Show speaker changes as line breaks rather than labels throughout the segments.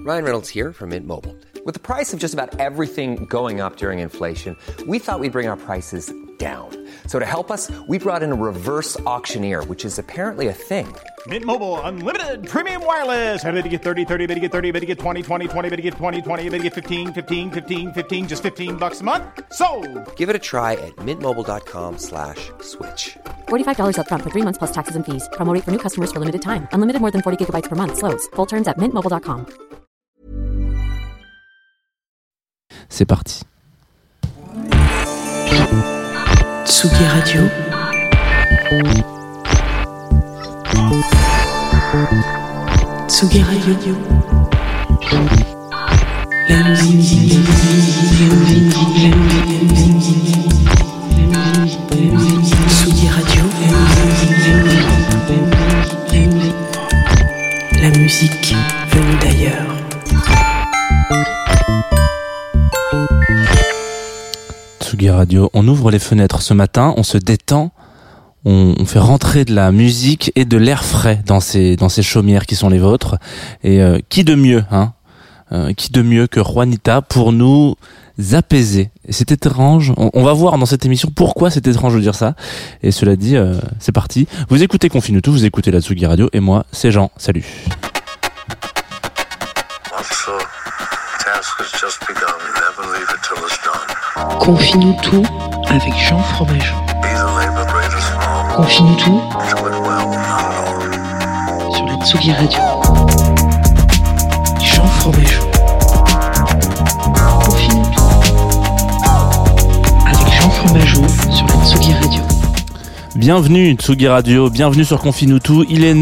Ryan Reynolds here from Mint Mobile. With the price of just about everything going up during inflation, we thought we'd bring our prices down. So to help us, we brought in a reverse auctioneer, which is apparently a thing.
Mint Mobile Unlimited Premium Wireless. How to get 30, 30, bit to get 30, bit to get 20, 20, 20, bit to get 20, 20, bit to get 15, 15, 15, 15, just $15 a month? Sold!
Give it a try at mintmobile.com/switch.
$45 up front for 3 months plus taxes and fees. Promo rate for new customers for limited time. Unlimited more than 40 gigabytes per month. Slows full terms at mintmobile.com.
C'est parti.
Tsugi Radio. Tsugi Radio. La musique. Tsugi Radio. La musique venue d'ailleurs.
Tsugi Radio, on ouvre les fenêtres ce matin, on se détend, on fait rentrer de la musique et de l'air frais dans ces chaumières qui sont les vôtres. Et qui de mieux, qui de mieux que Juanita pour nous apaiser. Et c'est étrange, on va voir dans cette émission pourquoi c'est étrange de dire ça. Et cela dit, c'est parti. Vous écoutez Confinuto, vous écoutez la Tsugi Radio, et moi, c'est Jean. Salut.
Confinuto avec Jean Fromageau. Confinuto sur la Tsugi Radio. Jean Fromageau. Confinuto avec Jean Fromageau sur la Tsugi Radio.
Bienvenue Tsugi Radio, bienvenue sur Confinuto, il est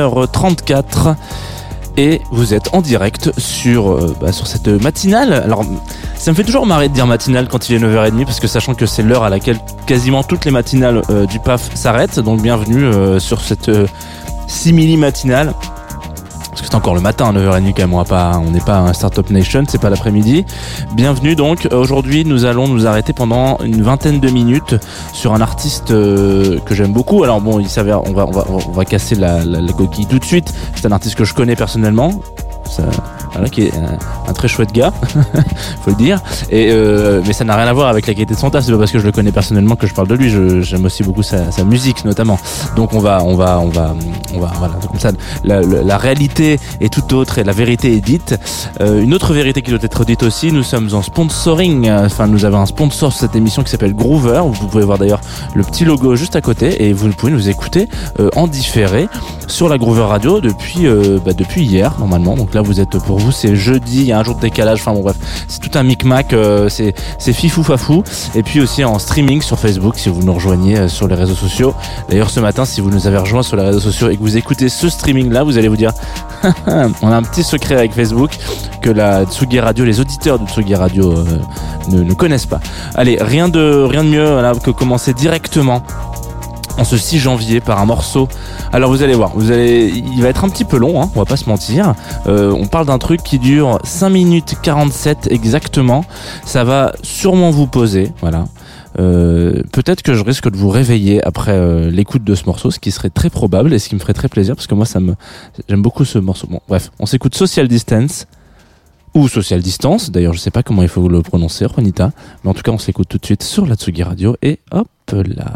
9h34 et vous êtes en direct sur cette matinale. Alors ça me fait toujours marrer de dire matinale quand il est 9h30 parce que sachant que c'est l'heure à laquelle quasiment toutes les matinales du PAF s'arrêtent, donc bienvenue sur cette simili matinale. Parce que c'est encore le matin à 9h30 quand même, on n'est pas un Startup Nation, c'est pas l'après-midi. Bienvenue donc, aujourd'hui nous allons nous arrêter pendant une vingtaine de minutes sur un artiste que j'aime beaucoup. Alors bon, il s'avère, on va casser la coquille tout de suite, c'est un artiste que je connais personnellement. Voilà, qui est un très chouette gars, faut le dire. Et mais ça n'a rien à voir avec la qualité de son taf. C'est pas parce que je le connais personnellement que je parle de lui. J'aime aussi beaucoup sa musique notamment. Donc on va voilà, comme ça. La réalité est tout autre et la vérité est dite. Une autre vérité qui doit être dite aussi. Nous sommes en sponsoring. Enfin, nous avons un sponsor sur cette émission qui s'appelle Groover. Vous pouvez voir d'ailleurs le petit logo juste à côté et vous pouvez nous écouter en différé sur la Groover Radio depuis hier normalement. Donc là vous êtes pour vous, c'est jeudi, il y a un jour de décalage, enfin bon bref, c'est tout un micmac, c'est fifou fafou. Et puis aussi en streaming sur Facebook si vous nous rejoignez sur les réseaux sociaux. D'ailleurs ce matin, si vous nous avez rejoints sur les réseaux sociaux et que vous écoutez ce streaming là, vous allez vous dire on a un petit secret avec Facebook que la Tsugi Radio, les auditeurs de Tsugi Radio ne connaissent pas. Allez, rien de mieux voilà, que commencer directement en ce 6 janvier par un morceau. Alors vous allez voir, il va être un petit peu long, on va pas se mentir. On parle d'un truc qui dure 5 minutes 47 exactement. Ça va sûrement vous poser, voilà. Peut-être que je risque de vous réveiller après l'écoute de ce morceau, ce qui serait très probable et ce qui me ferait très plaisir parce que moi j'aime beaucoup ce morceau. Bon, bref, on s'écoute Social Distance ou Social Distance. D'ailleurs, je sais pas comment il faut le prononcer, Juanita, mais en tout cas, on s'écoute tout de suite sur la Tsugi Radio et hop là.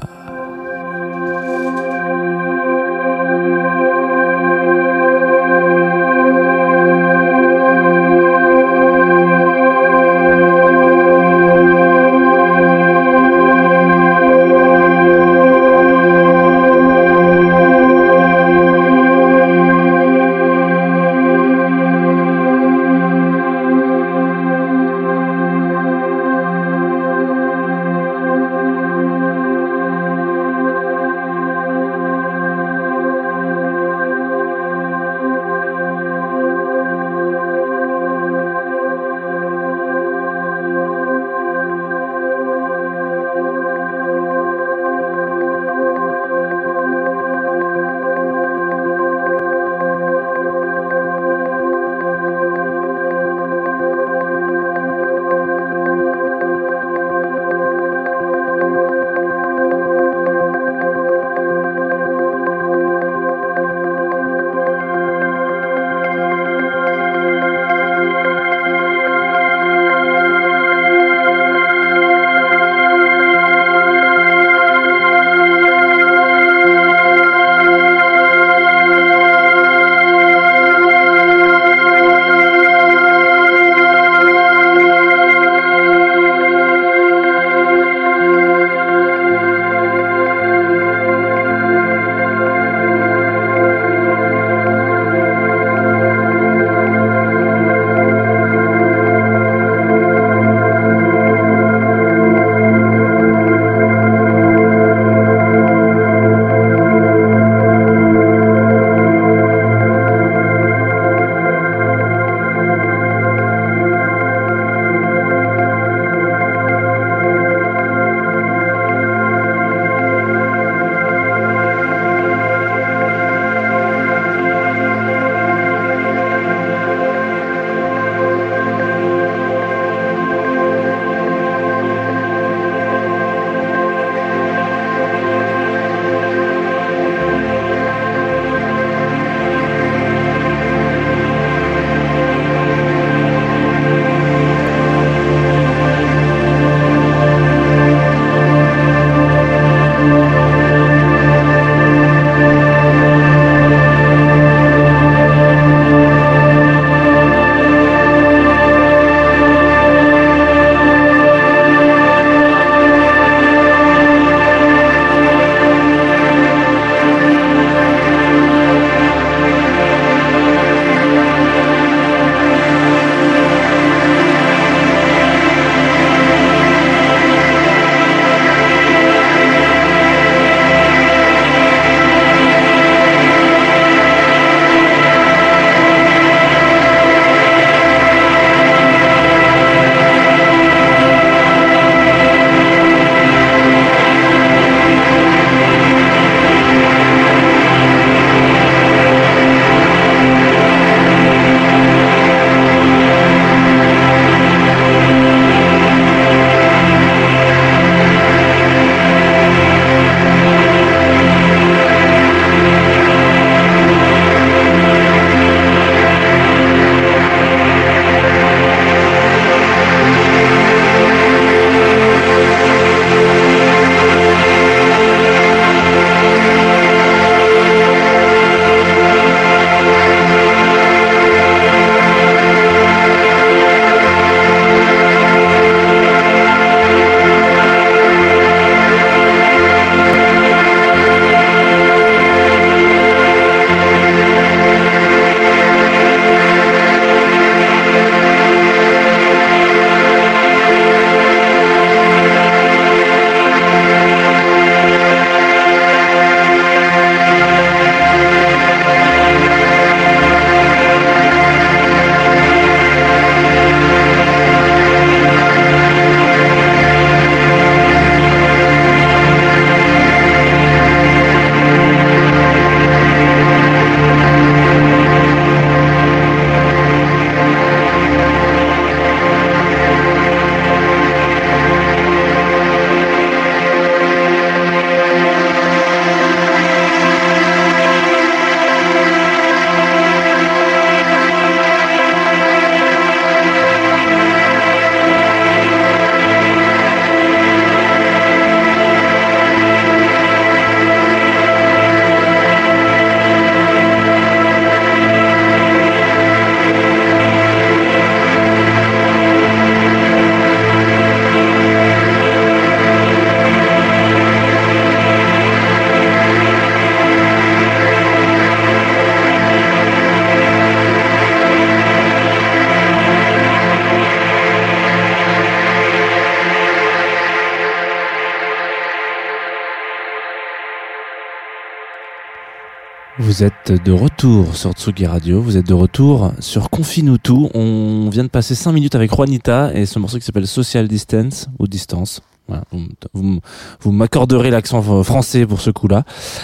Vous êtes de retour sur Tsugi Radio, vous êtes de retour sur Confine-nous tout. On vient de passer 5 minutes avec Juanita et ce morceau qui s'appelle Social Distance ou Distance. Voilà, vous m'accorderez l'accent français pour ce coup-là.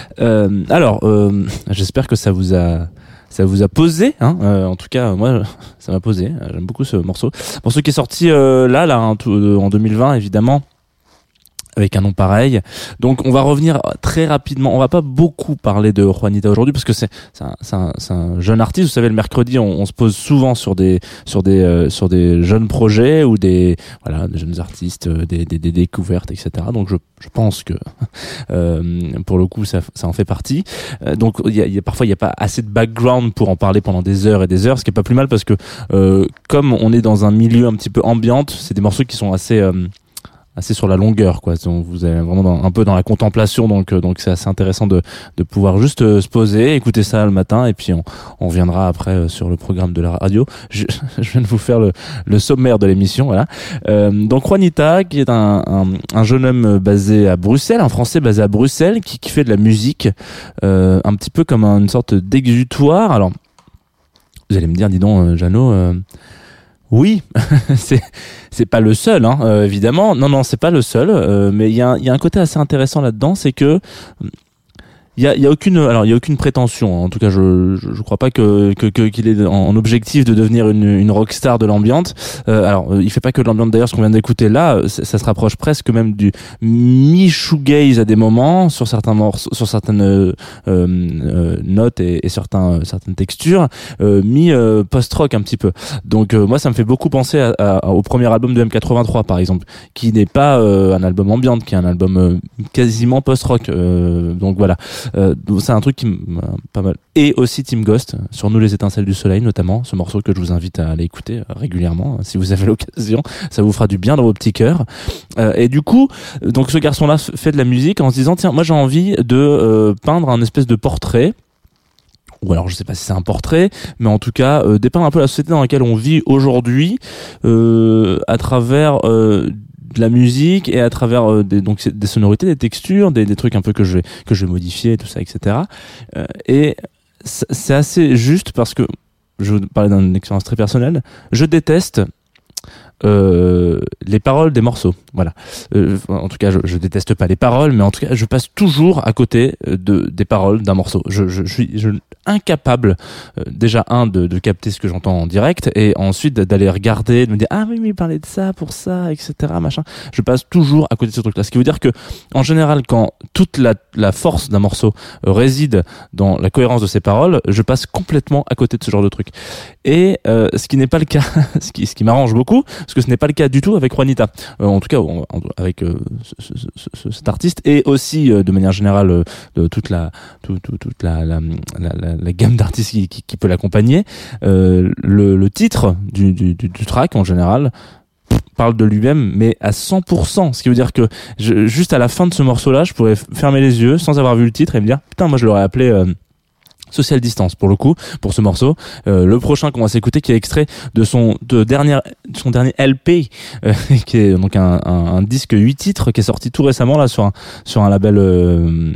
J'espère que ça vous a posé, hein. En tout cas, moi, ça m'a posé. J'aime beaucoup ce morceau. Morceau qui est sorti en 2020, évidemment, avec un nom pareil. Donc on va revenir très rapidement. On va pas beaucoup parler de Juanita aujourd'hui parce que c'est un jeune artiste. Vous savez, le mercredi, on se pose souvent sur des jeunes projets ou des jeunes artistes, des découvertes, etc. Donc je pense que pour le coup ça en fait partie. Donc parfois il y a pas assez de background pour en parler pendant des heures et des heures, ce qui est pas plus mal parce que comme on est dans un milieu un petit peu ambiante, c'est des morceaux qui sont assez sur la longueur, quoi. Vous êtes vraiment un peu dans la contemplation, donc c'est assez intéressant de pouvoir juste se poser, écouter ça le matin, et puis on reviendra après sur le programme de la radio. Je viens de vous faire le sommaire de l'émission, voilà. Donc Juanita, qui est un jeune homme basé à Bruxelles, un Français basé à Bruxelles, qui fait de la musique un petit peu comme une sorte d'exutoire. Alors, vous allez me dire, dis donc, Jeannot. Oui, c'est pas le seul, hein, évidemment. Non, c'est pas le seul. Mais il y a un côté assez intéressant là-dedans, c'est que il y a aucune prétention. En tout cas, je crois pas qu'il est en objectif de devenir une rockstar de l'ambiance. Il fait pas que de l'ambiance d'ailleurs. Ce qu'on vient d'écouter là, ça se rapproche presque même du mi-shoegaze à des moments sur certains morceaux, sur certaines notes et certaines textures, post-rock un petit peu. Donc moi, ça me fait beaucoup penser au premier album de M83 par exemple, qui n'est pas un album ambiante, qui est un album quasiment post-rock. Donc voilà. C'est un truc qui m'a pas mal. Et aussi Team Ghost sur Nous les étincelles du soleil, notamment ce morceau que je vous invite à aller écouter régulièrement si vous avez l'occasion, ça vous fera du bien dans vos petits cœurs. Et du coup, donc ce garçon-là fait de la musique en se disant tiens, moi j'ai envie de peindre un espèce de portrait. Ou alors je sais pas si c'est un portrait, mais en tout cas dépeindre un peu la société dans laquelle on vit aujourd'hui à travers de la musique et à travers des sonorités, des textures, des trucs un peu que je vais modifier, tout ça, etc. Et c'est assez juste parce que je vais vous parler d'une expérience très personnelle. Je déteste les paroles des morceaux, voilà. En tout cas, je déteste pas les paroles, mais en tout cas, je passe toujours à côté des paroles d'un morceau. Je suis incapable déjà de capter ce que j'entends en direct et ensuite d'aller regarder, de me dire ah oui mais il parlait de ça pour ça, etc. machin. Je passe toujours à côté de ce truc-là. Ce qui veut dire que en général, quand toute la force d'un morceau réside dans la cohérence de ses paroles, je passe complètement à côté de ce genre de truc. Et ce qui n'est pas le cas, ce qui m'arrange beaucoup, parce que ce n'est pas le cas du tout avec Juanita. En tout cas, avec cet artiste et aussi de manière générale de toute la gamme d'artistes qui peut l'accompagner. Le titre du track en général parle de lui-même, mais à 100%. Ce qui veut dire que juste à la fin de ce morceau-là, je pourrais fermer les yeux sans avoir vu le titre et me dire putain, moi je l'aurais appelé Social Distance pour le coup, pour ce morceau. Le prochain qu'on va s'écouter, qui est extrait de son dernier LP, qui est donc un disque 8 titres qui est sorti tout récemment là sur un label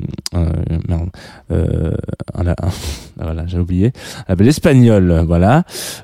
voilà, j'ai oublié, un label espagnol, voilà,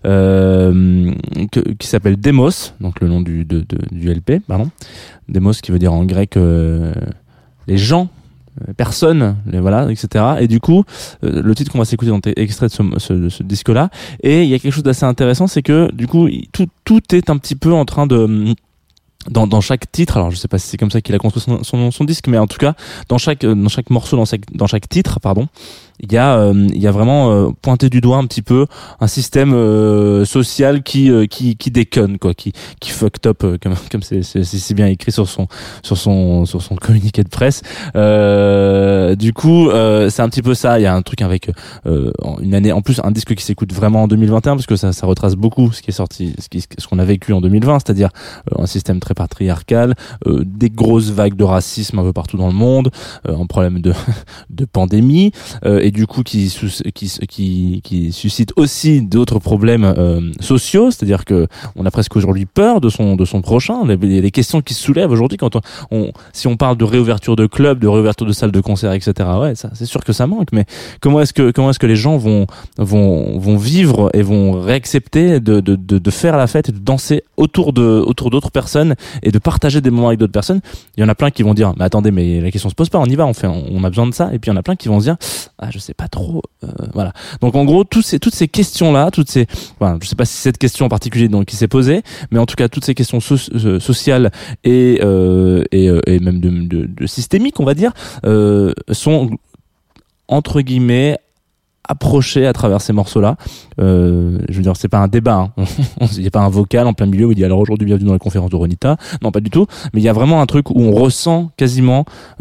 qui s'appelle Demos, donc le nom du LP, pardon. Demos qui veut dire en grec les gens, personne, voilà, etc. Et du coup, le titre qu'on va s'écouter dans extrait de ce disque-là, et il y a quelque chose d'assez intéressant, c'est que du coup, tout est un petit peu en train de dans chaque titre, alors je sais pas si c'est comme ça qu'il a construit son disque, mais en tout cas dans chaque morceau, dans chaque titre, pardon, il y a vraiment pointé du doigt un petit peu un système social qui déconne, quoi, qui fucked up, comme c'est bien écrit sur son communiqué de presse. Du coup c'est un petit peu ça. Il y a un truc avec une année en plus, un disque qui s'écoute vraiment en 2021 parce que ça retrace beaucoup ce qui est sorti, ce qu'on a vécu en 2020, c'est-à-dire un système très patriarcal, des grosses vagues de racisme un peu partout dans le monde, un problème de pandémie, et du coup qui suscite aussi d'autres problèmes sociaux, c'est-à-dire que on a presque aujourd'hui peur de son prochain. Les questions qui se soulèvent aujourd'hui quand si on parle de réouverture de clubs, de réouverture de salles de concert, etc. Ouais, ça c'est sûr que ça manque. Mais comment est-ce que les gens vont vivre et vont réaccepter de faire la fête et de danser autour d'autres personnes et de partager des moments avec d'autres personnes? Il y en a plein qui vont dire mais attendez, mais la question se pose pas, on y va, on a besoin de ça. Et puis il y en a plein qui vont se dire je sais pas trop, voilà. Donc en gros toutes ces questions là, voilà, je sais pas si cette question en particulier donc qui s'est posée, mais en tout cas toutes ces questions sociales et même de systémiques, on va dire, sont entre guillemets approchées à travers ces morceaux-là. Je veux dire, c'est pas un débat, hein. Il y a pas un vocal en plein milieu où il dit alors aujourd'hui bienvenue dans la conférence de Ronita. Non, pas du tout. Mais il y a vraiment un truc où on ressent quasiment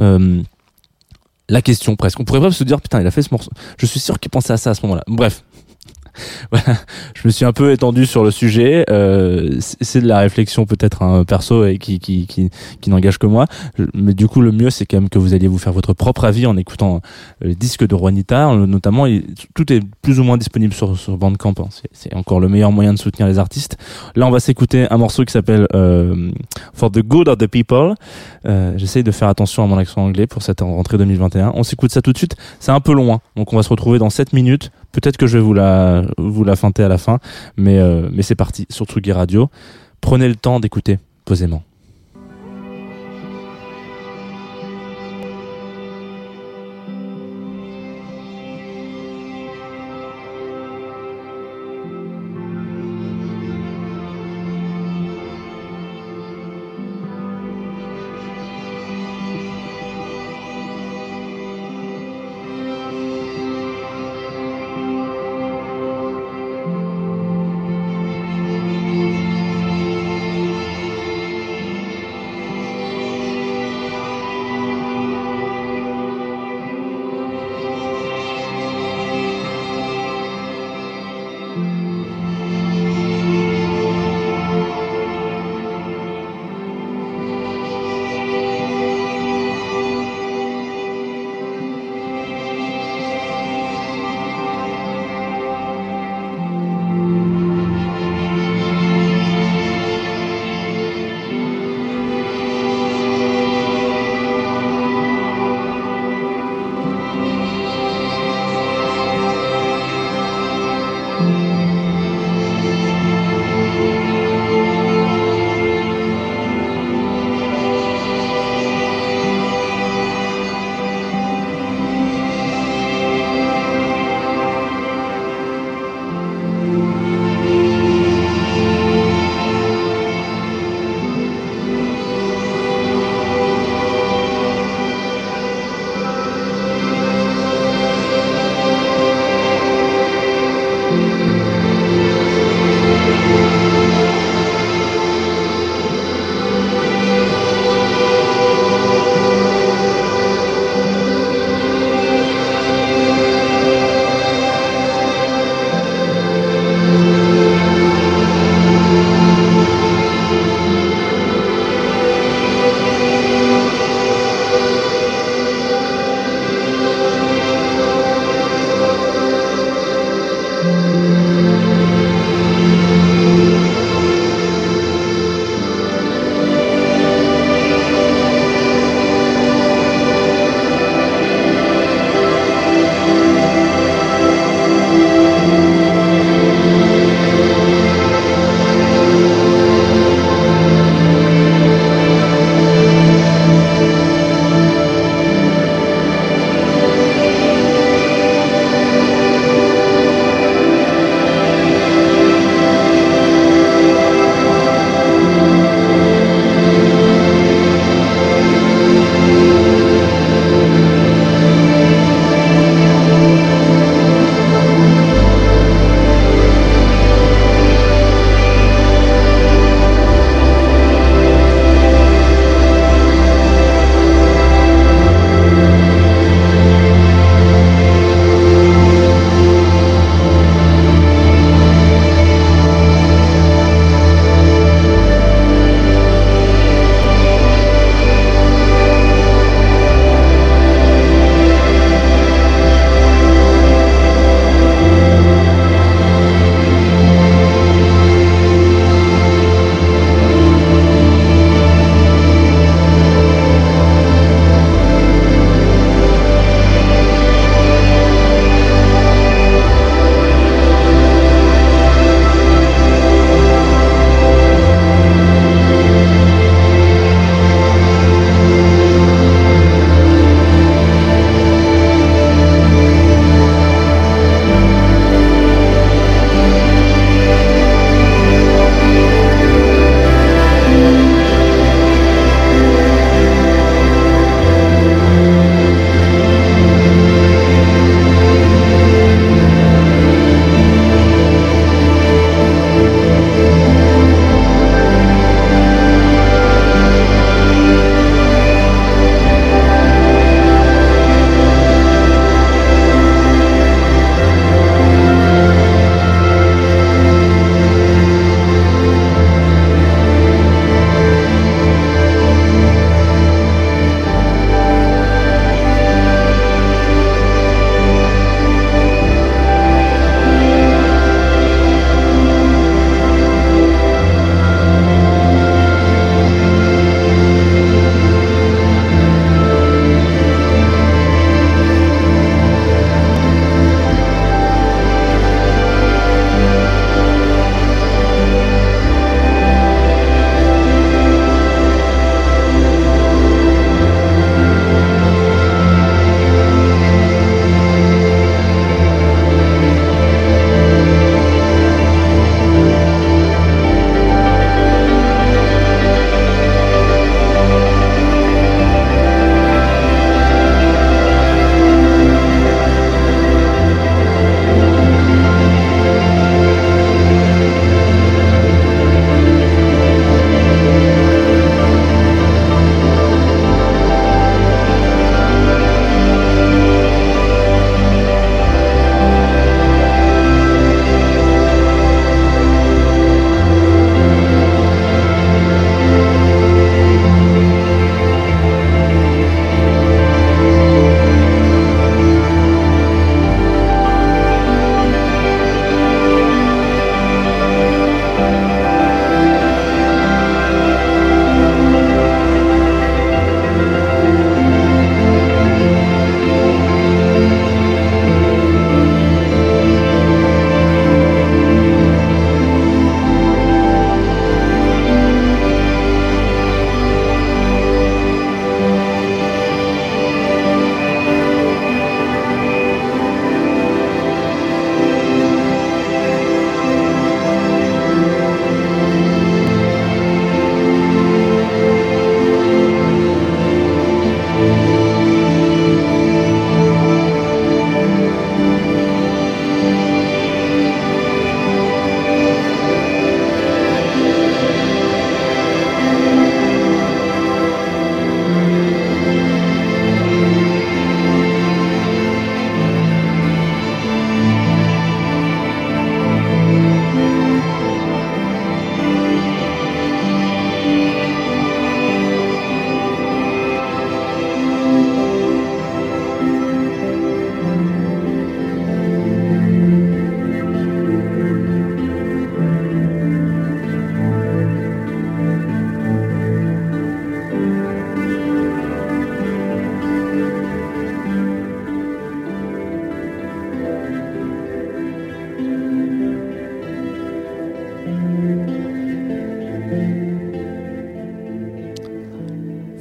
la question presque. On pourrait presque se dire putain, il a fait ce morceau. Je suis sûr qu'il pensait à ça à ce moment-là. Bref. Voilà, je me suis un peu étendu sur le sujet. C'est de la réflexion peut-être perso et qui n'engage que moi. Mais du coup, le mieux, c'est quand même que vous alliez vous faire votre propre avis en écoutant le disque de Juanita. Notamment, tout est plus ou moins disponible sur Bandcamp. Hein. C'est encore le meilleur moyen de soutenir les artistes. Là, on va s'écouter un morceau qui s'appelle For the Good of the People. J'essaye de faire attention à mon accent anglais pour cette rentrée 2021. On s'écoute ça tout de suite. C'est un peu long, hein. Donc on va se retrouver dans 7 minutes. Peut-être que je vais vous la feinter à la fin, mais c'est parti sur Tsugi Radio. Prenez le temps d'écouter posément.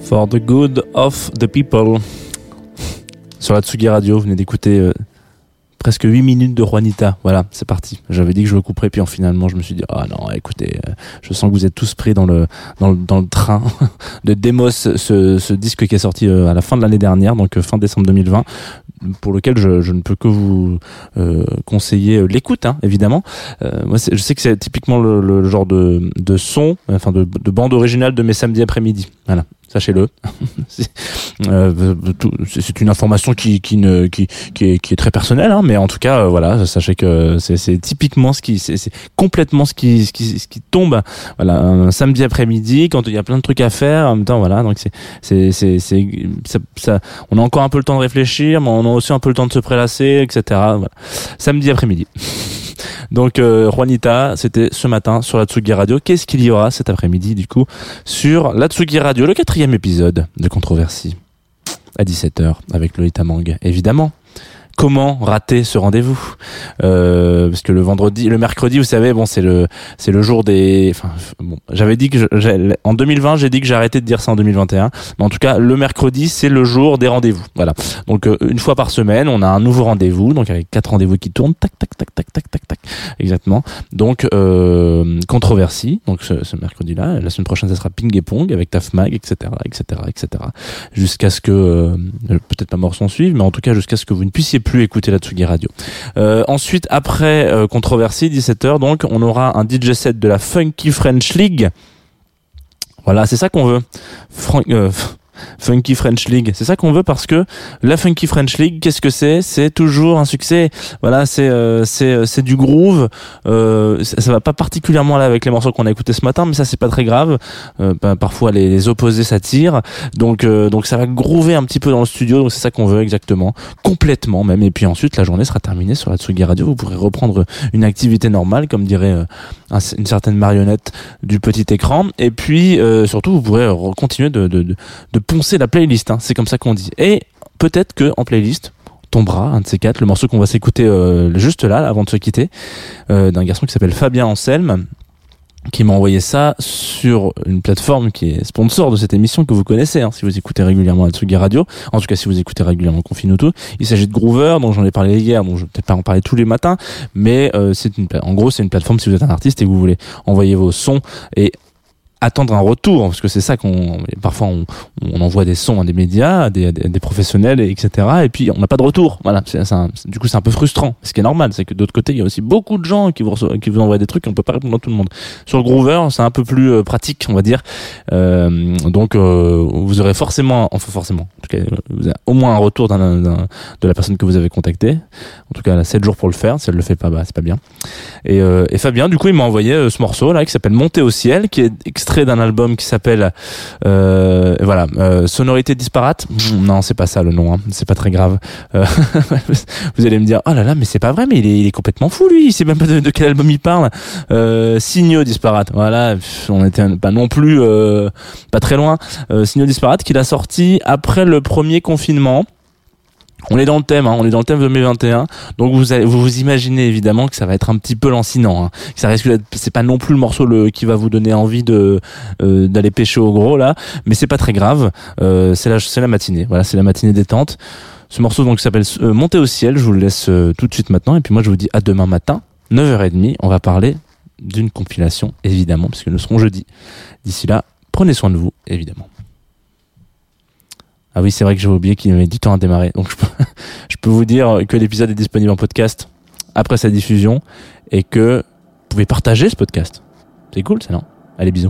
For the good of the people. Sur la Tsugi Radio, vous venez d'écouter presque 8 minutes de Juanita. Voilà, c'est parti. J'avais dit que je le couperais, puis finalement je me suis dit ah non, écoutez, je sens que vous êtes tous pris dans le train de Demos, ce disque qui est sorti à la fin de l'année dernière, donc fin décembre 2020, pour lequel je ne peux que vous conseiller l'écoute, hein, évidemment. Moi, je sais que c'est typiquement le genre de son, enfin de bande originale de mes samedis après-midi. Voilà. Sachez-le. C'est une information qui est très personnelle, hein, mais en tout cas, voilà, sachez que c'est typiquement c'est complètement ce qui tombe, voilà, un samedi après-midi quand il y a plein de trucs à faire en même temps, voilà, donc ça, on a encore un peu le temps de réfléchir, mais on a aussi un peu le temps de se prélasser, etc. Voilà. Samedi après-midi. Donc Juanita, c'était ce matin sur la Tsugi Radio. Qu'est-ce qu'il y aura cet après-midi du coup sur la Tsugi Radio, le 4e épisode de Controversie à 17h avec Lolita Mang, évidemment. Comment rater ce rendez-vous, parce que le mercredi, vous savez, bon, c'est le jour des, enfin, bon, j'avais dit que en 2020, j'ai dit que j'arrêtais de dire ça en 2021, mais en tout cas, le mercredi, c'est le jour des rendez-vous, voilà. Donc, une fois par semaine, on a un nouveau rendez-vous, donc avec 4 rendez-vous qui tournent, tac, tac, tac, tac, tac, tac, tac, exactement. Donc, Controversie, donc ce mercredi-là, la semaine prochaine, ça sera Ping et Pong avec Taf Mag, etc., etc., etc., jusqu'à ce que, peut-être pas mort s'en suive, mais en tout cas, jusqu'à ce que vous ne puissiez plus écouter la Tsugi Radio. Ensuite, après Controversie, 17h, donc, on aura un DJ set de la Funky French League. Voilà, c'est ça qu'on veut. Funky French League, c'est ça qu'on veut, parce que la Funky French League, qu'est-ce que c'est? C'est toujours un succès. Voilà, c'est du groove. Ça va pas particulièrement là avec les morceaux qu'on a écoutés ce matin, mais ça c'est pas très grave. Parfois les opposés s'attirent, donc ça va groover un petit peu dans le studio. Donc c'est ça qu'on veut exactement, complètement même. Et puis ensuite la journée sera terminée sur la Tsugi Radio. Vous pourrez reprendre une activité normale, comme dirait une certaine marionnette du petit écran. Et puis surtout vous pourrez continuer de poncer la playlist, hein, c'est comme ça qu'on dit. Et peut-être que en playlist tombera un de ces 4, le morceau qu'on va s'écouter juste là, avant de se quitter, d'un garçon qui s'appelle Fabien Anselme, qui m'a envoyé ça sur une plateforme qui est sponsor de cette émission que vous connaissez, hein, si vous écoutez régulièrement la Tsugi Radio. En tout cas, si vous écoutez régulièrement Confine Tout. Il s'agit de Groover, dont j'en ai parlé hier, donc je vais peut-être pas en parler tous les matins, mais en gros, c'est une plateforme si vous êtes un artiste et que vous voulez envoyer vos sons et attendre un retour, parce que c'est ça parfois on envoie des sons à des médias, à des professionnels, etc. Et puis on n'a pas de retour. Voilà, du coup c'est un peu frustrant. Ce qui est normal, c'est que d'autre côté il y a aussi beaucoup de gens qui vous envoient des trucs et on peut pas répondre à tout le monde. Sur le Groover, c'est un peu plus pratique, on va dire. Donc vous aurez forcément, en tout cas, vous avez au moins un retour de la personne que vous avez contactée. En tout cas, elle a 7 jours pour le faire. Si elle le fait pas, c'est pas bien. Et Fabien, du coup, il m'a envoyé ce morceau là qui s'appelle Monter au ciel, qui est extrait d'un album qui s'appelle Sonorité disparate. Non, c'est pas ça le nom, hein. C'est pas très grave. Vous allez me dire oh là là, mais c'est pas vrai, mais il est complètement fou lui, il sait même pas de quel album il parle. Signaux disparate. Voilà, on était pas non plus pas très loin. Signaux disparate qu'il a sorti après le premier confinement. On est dans le thème, hein, on est dans le thème 2021. Donc vous imaginez évidemment que ça va être un petit peu lancinant, hein. Ça risque d'être, c'est pas non plus le morceau qui va vous donner envie d'aller pêcher au gros là, mais c'est pas très grave. C'est la matinée. Voilà, c'est la matinée détente. Ce morceau donc s'appelle Monter au ciel. Je vous le laisse tout de suite maintenant. Et puis moi je vous dis à demain matin, 9h30. On va parler d'une compilation évidemment, puisque nous serons jeudi. D'ici là, prenez soin de vous évidemment. Ah oui, c'est vrai que j'ai oublié qu'il met du temps à démarrer. Donc je peux vous dire que l'épisode est disponible en podcast après sa diffusion et que vous pouvez partager ce podcast. C'est cool ça, non? Allez, bisous.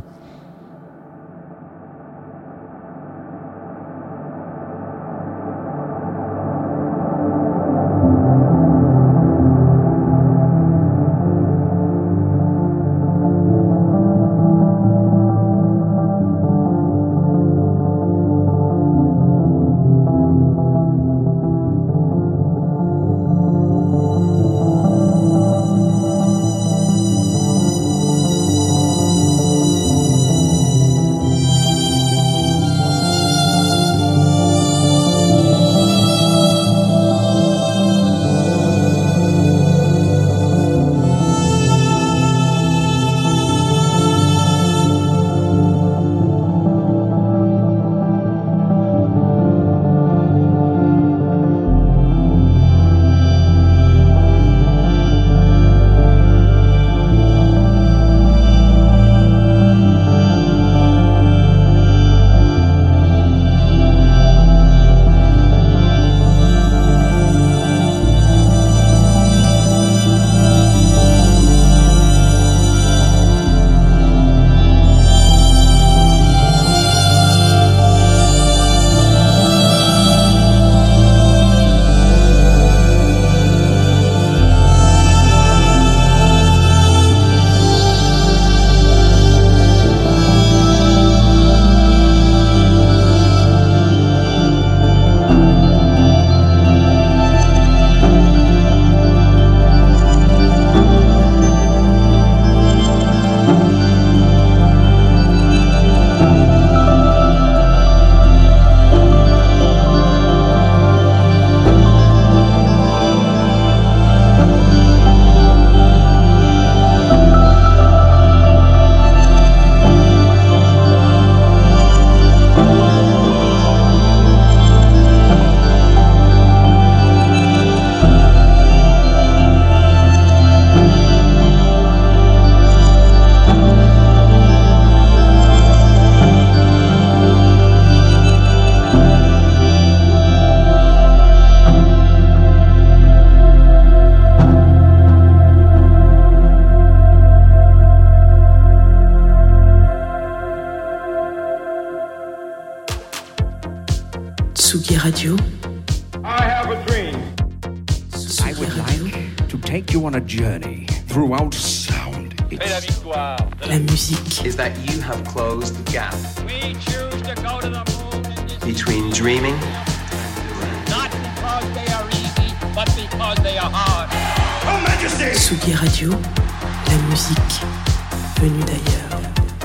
Tsugi Radio.
I have a dream.
Tsugi
I would
Radio.
like to take you on a journey throughout sound.
La musique.
Is that you have closed the gap
We choose to go to the moon
between dreaming
not because they are easy, but because they are hard.
Oh, Majesty!
Tsugi Radio. La musique venue d'ailleurs.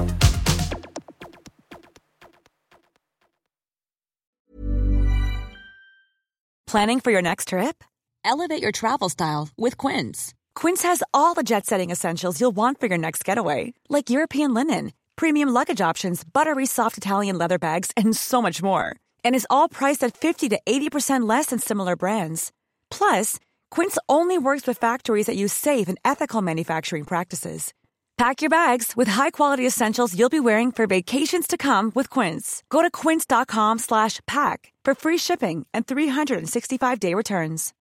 Planning for your next trip? Elevate your travel style with Quince. Quince has all the jet-setting essentials you'll want for your next getaway, like European linen, premium luggage options, buttery soft Italian leather bags, and so much more. And is all priced at 50 to 80% less than similar brands. Plus, Quince only works with factories that use safe and ethical manufacturing practices. Pack your bags with high-quality essentials you'll be wearing for vacations to come with Quince. Go to quince.com/pack for free shipping and 365-day returns.